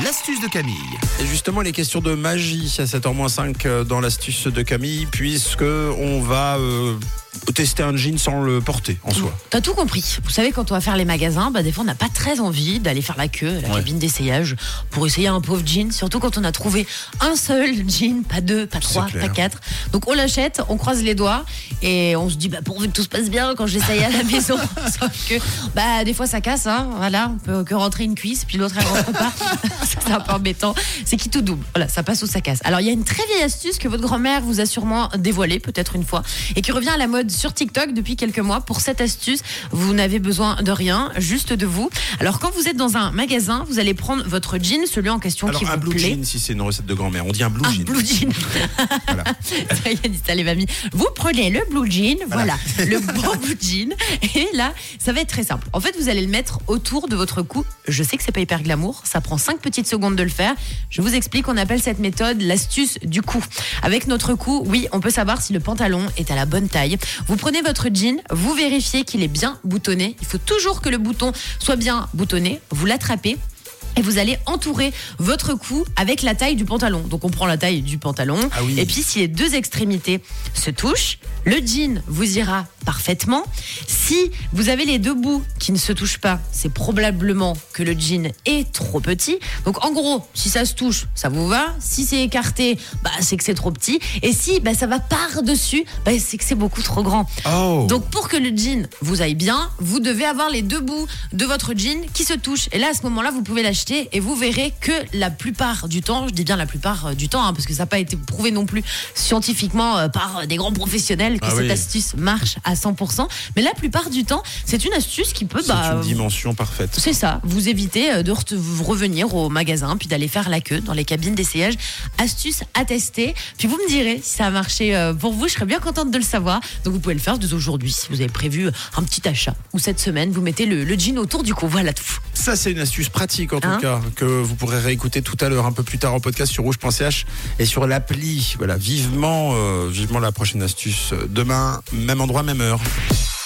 l'astuce de Camille. Et justement, les questions de magie à 7h-5 dans l'astuce de Camille, puisque on va tester un jean sans le porter en soi. T'as tout compris. Vous savez, quand on va faire les magasins, des fois on n'a pas très envie d'aller faire la queue à la cabine d'essayage pour essayer un pauvre jean, surtout quand on a trouvé un seul jean, pas deux, pas trois, pas quatre. Donc on l'achète, on croise les doigts et on se dit pourvu que tout se passe bien quand j'essaye à la maison. Sauf que des fois ça casse, hein. Voilà, on peut que rentrer une cuisse puis l'autre elle rentre pas. C'est un peu embêtant. C'est qui tout double. Voilà, ça passe ou ça casse. Alors il y a une très vieille astuce que votre grand-mère vous a sûrement dévoilée peut-être une fois et qui revient à la mode sur TikTok depuis quelques mois. Pour cette astuce, vous n'avez besoin de rien, juste de vous. Alors quand vous êtes dans un magasin, vous allez prendre votre jean, celui en question qui vous plaît. Alors un blue jean, si c'est une recette de grand-mère, on dit un blue jean. Blue jean. Voilà. Ça y est, dit ça les mamies. Vous prenez le blue jean, voilà, le beau blue jean. Et là, ça va être très simple. En fait, vous allez le mettre autour de votre cou. Je sais que c'est pas hyper glamour, ça prend 5 petites secondes de le faire. Je vous explique, on appelle cette méthode l'astuce du cou. Avec notre cou, oui, on peut savoir si le pantalon est à la bonne taille. Vous prenez votre jean, vous vérifiez qu'il est bien boutonné. Il faut toujours que le bouton soit bien boutonné. Vous l'attrapez. Et vous allez entourer votre cou avec la taille du pantalon. Donc on prend la taille du pantalon. Ah oui. Et puis si les deux extrémités se touchent, le jean vous ira parfaitement. Si vous avez les deux bouts qui ne se touchent pas, c'est probablement que le jean est trop petit. Donc en gros, si ça se touche, ça vous va. Si c'est écarté, c'est que c'est trop petit. Et si ça va par-dessus, c'est que c'est beaucoup trop grand. Oh. Donc pour que le jean vous aille bien, vous devez avoir les deux bouts de votre jean qui se touchent. Et là, à ce moment-là, vous pouvez l'acheter et vous verrez que la plupart du temps, je dis bien la plupart du temps, parce que ça n'a pas été prouvé non plus scientifiquement par des grands professionnels que cette astuce marche à 100%. Mais la plupart du temps, c'est une astuce qui peut... C'est une dimension parfaite. C'est ça, vous évitez de revenir au magasin puis d'aller faire la queue dans les cabines d'essayage. Astuce à tester. Puis vous me direz si ça a marché pour vous, je serais bien contente de le savoir. Donc vous pouvez le faire dès aujourd'hui si vous avez prévu un petit achat. Ou cette semaine, vous mettez le jean autour du cou. Voilà tout. Ça, c'est une astuce pratique en tout cas, que vous pourrez réécouter tout à l'heure, un peu plus tard en podcast sur rouge.ch et sur l'appli. Voilà, vivement la prochaine astuce demain, même endroit, même heure.